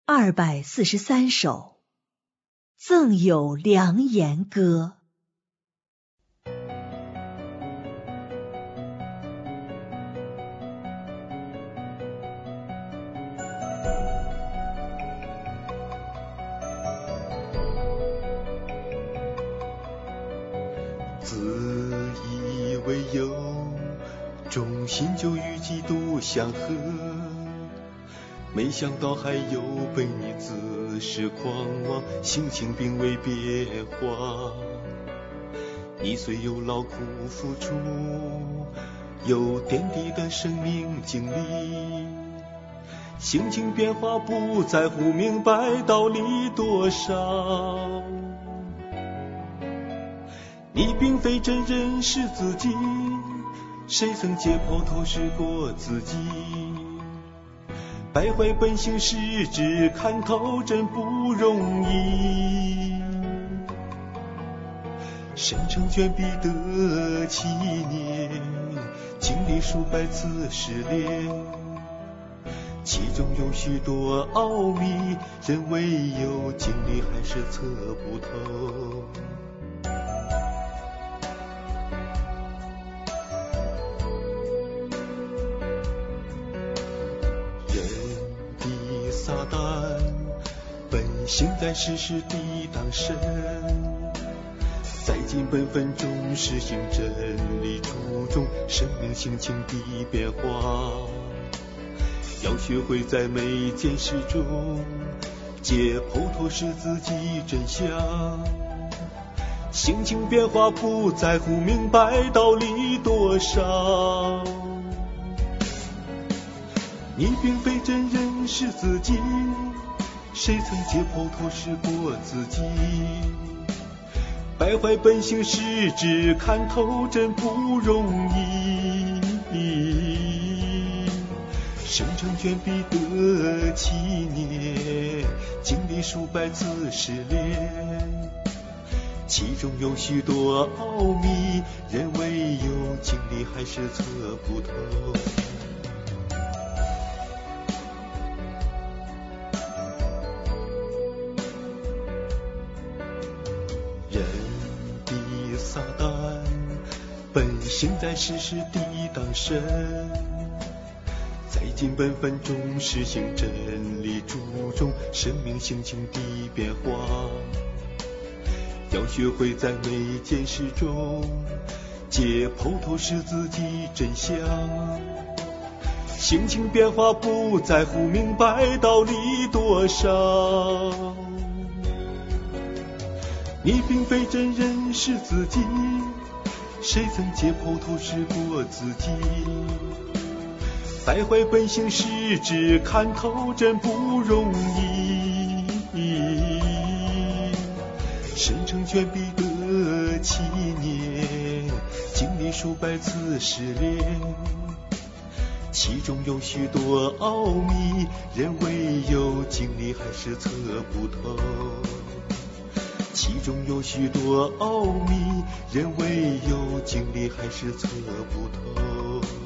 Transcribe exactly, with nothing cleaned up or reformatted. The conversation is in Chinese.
二百四十三首，赠有良言歌。 自以为有，忠心就与基督相合，没想到还有悖逆自恃狂妄，性情并未变化。你虽有劳苦付出，有点滴的生命经历，性情变化不在乎明白道理多少。你并非真认识自己，谁曾解剖透视过自己？败坏本性失志看透真不容易，神成全必得七年，经历数百次试炼，其中有许多奥秘，人唯有经历还是测不透。撒旦本性在世时抵挡神，在尽本分中实行真理，注重生命性情的变化。要学会在每件事中解剖透视自己真相，性情变化不在乎明白道理多少。你并非真认识自己，谁曾解剖透视过自己？败坏本性失志看透真不容易，神成全必得七年，经历数百次试炼，其中有许多奥秘，人唯有经历还是测不透。人的撒旦本性在世时抵挡神，在尽本分中实行真理，注重生命性情的变化。要学会在每件事中解剖透视自己真相，性情变化不在乎明白道理多少。你并非真认识自己，谁曾解剖透视过自己？败坏本性失志看透真不容易，神成全必得七年，经历数百次试炼，其中有许多奥秘，人唯有经历还是测不透。其中有许多奥秘，人唯有经历还是测不透。